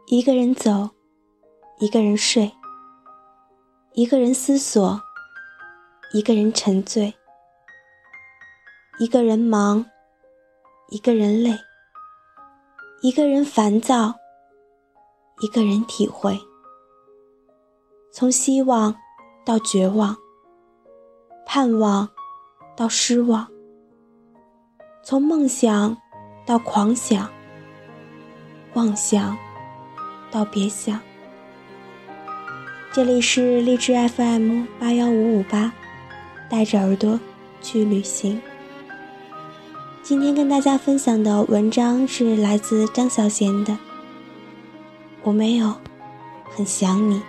一个人走，一个人睡，一个人思索，一个人沉醉，一个人忙，一个人累，一个人烦躁，一个人体会。从希望到绝望，盼望到失望，从梦想到狂想，妄想到别想。这里是荔枝 FM81558，带着耳朵去旅行。今天跟大家分享的文章是来自张小娴的《我没有很想你》。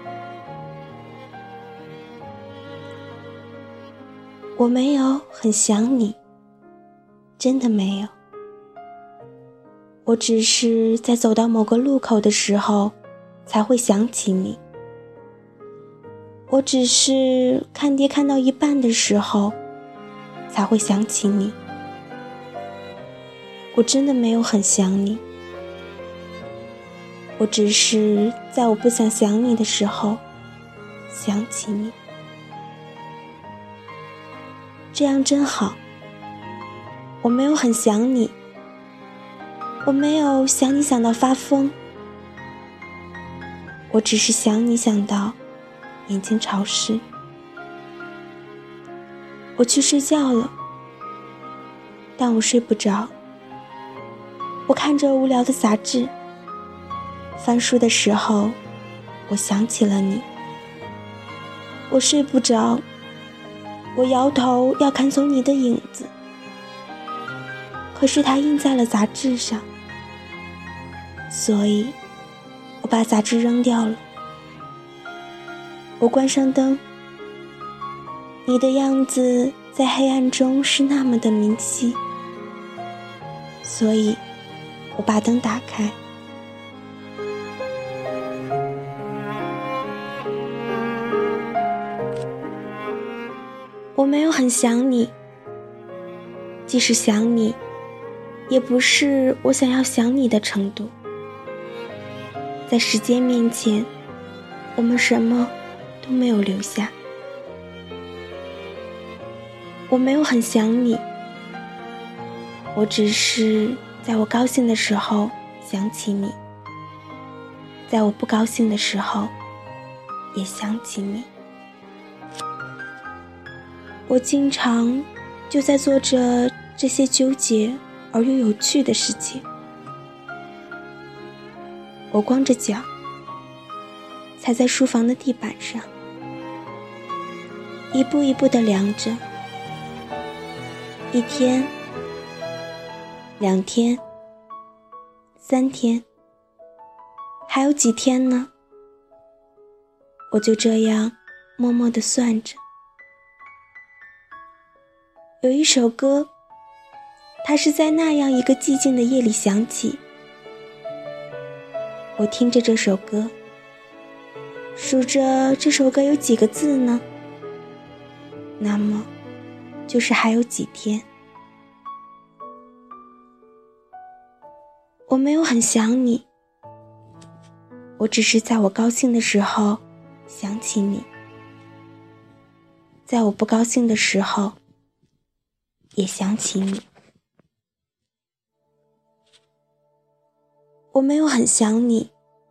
我没有很想你，真的没有。我只是在走到某个路口的时候才会想起你。我只是看碟看到一半的时候才会想起你。我真的没有很想你。我只是在我不想想你的时候想起你。这样真好。我没有很想你，我没有想你想到发疯，我只是想你想到眼睛潮湿。我去睡觉了，但我睡不着。我看着无聊的杂志，翻书的时候我想起了你。我睡不着，我摇头要看走你的影子，可是它印在了杂志上，所以我把杂志扔掉了。我关上灯，你的样子在黑暗中是那么的明晰，所以我把灯打开。我没有很想你，即使想你，也不是我想要想你的程度。在时间面前，我们什么都没有留下。我没有很想你，我只是在我高兴的时候想起你，在我不高兴的时候也想起你。我经常就在做着这些纠结而又有趣的事情。我光着脚踩在书房的地板上，一步一步地量着，一天，2天，3天，还有几天呢？我就这样默默地算着。有一首歌，它是在那样一个寂静的夜里响起。我听着这首歌，数着这首歌有几个字呢？那么就是还有几天。我没有很想你，我只是在我高兴的时候想起你，在我不高兴的时候也想起你。我没有很想你，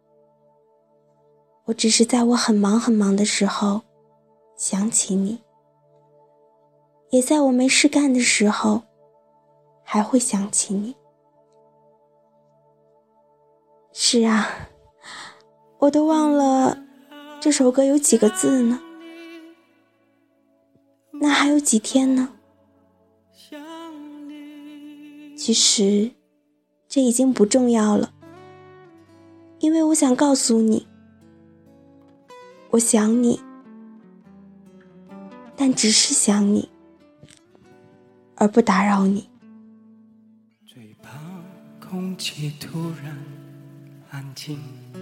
我只是在我很忙很忙的时候想起你，也在我没事干的时候还会想起你。是啊，我都忘了这首歌有几个字呢？那还有几天呢？其实这已经不重要了，因为我想告诉你，我想你，但只是想你，而不打扰你。 最怕空气突然安静，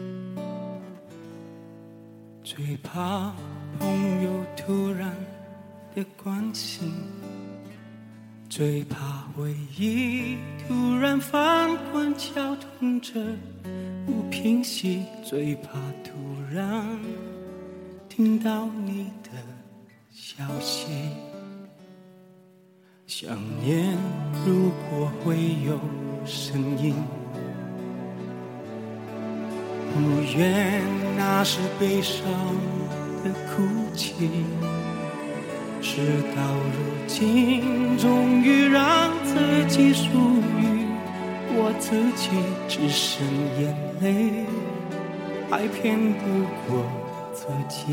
最怕朋友突然的关心，最怕回忆突然翻滚，绞痛着不平息，最怕突然听到你的消息。想念如果会有声音，不愿那是悲伤的哭泣。事到如今，终于让自己属于我自己，只剩眼泪还骗不过自己。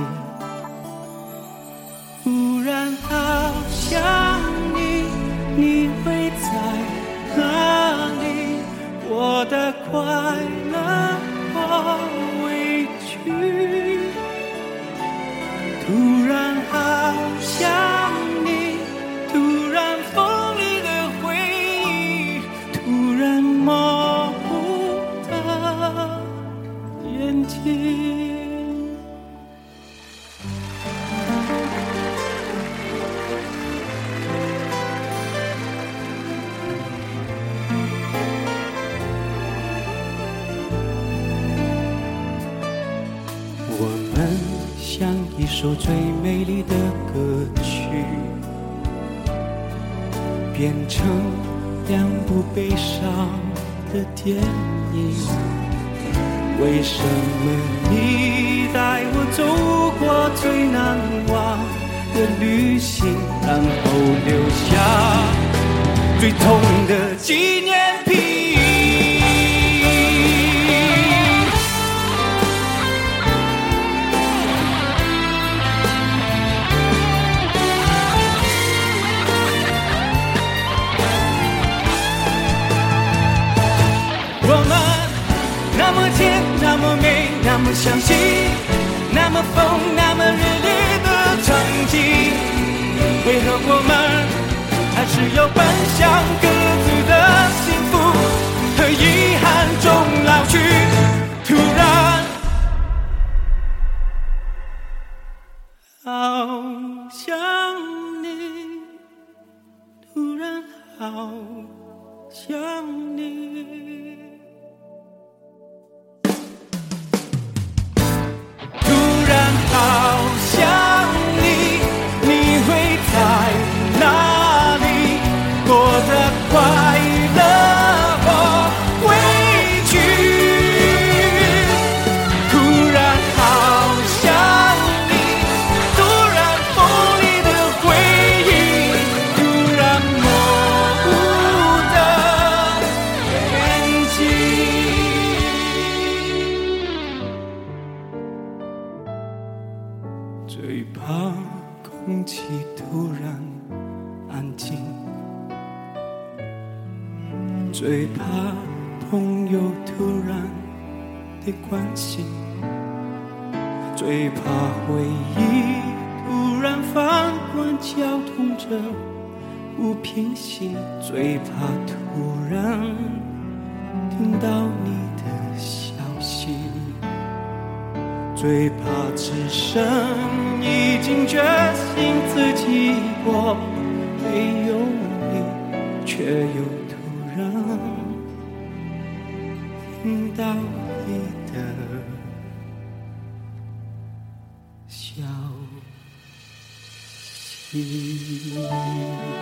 忽然好想你，你会在哪里？我的快乐或委屈。突然好想你，突然锋利的回忆，突然模糊的眼睛。我们像一首最美丽的歌曲，变成两部悲伤的电影。为什么你带我走过最难忘的旅行，然后留下最痛的纪念品？我们那么甜，那么美，那么相信，那么疯，那么热烈的场景，为何我们还是要奔向各自的幸福，和遗憾中老去？突然好想你，突然好想你。好想你，你会在哪里？过得快乐或委屈。突然好想你，突然锋利的回忆，突然模糊的眼睛。最怕空气突然安静，最怕朋友突然的关心，最怕回忆突然翻滚绞痛着不平息，最怕突然听到你的消息，最怕只剩已经决心自己过，没有你，却又突然听到你的消息。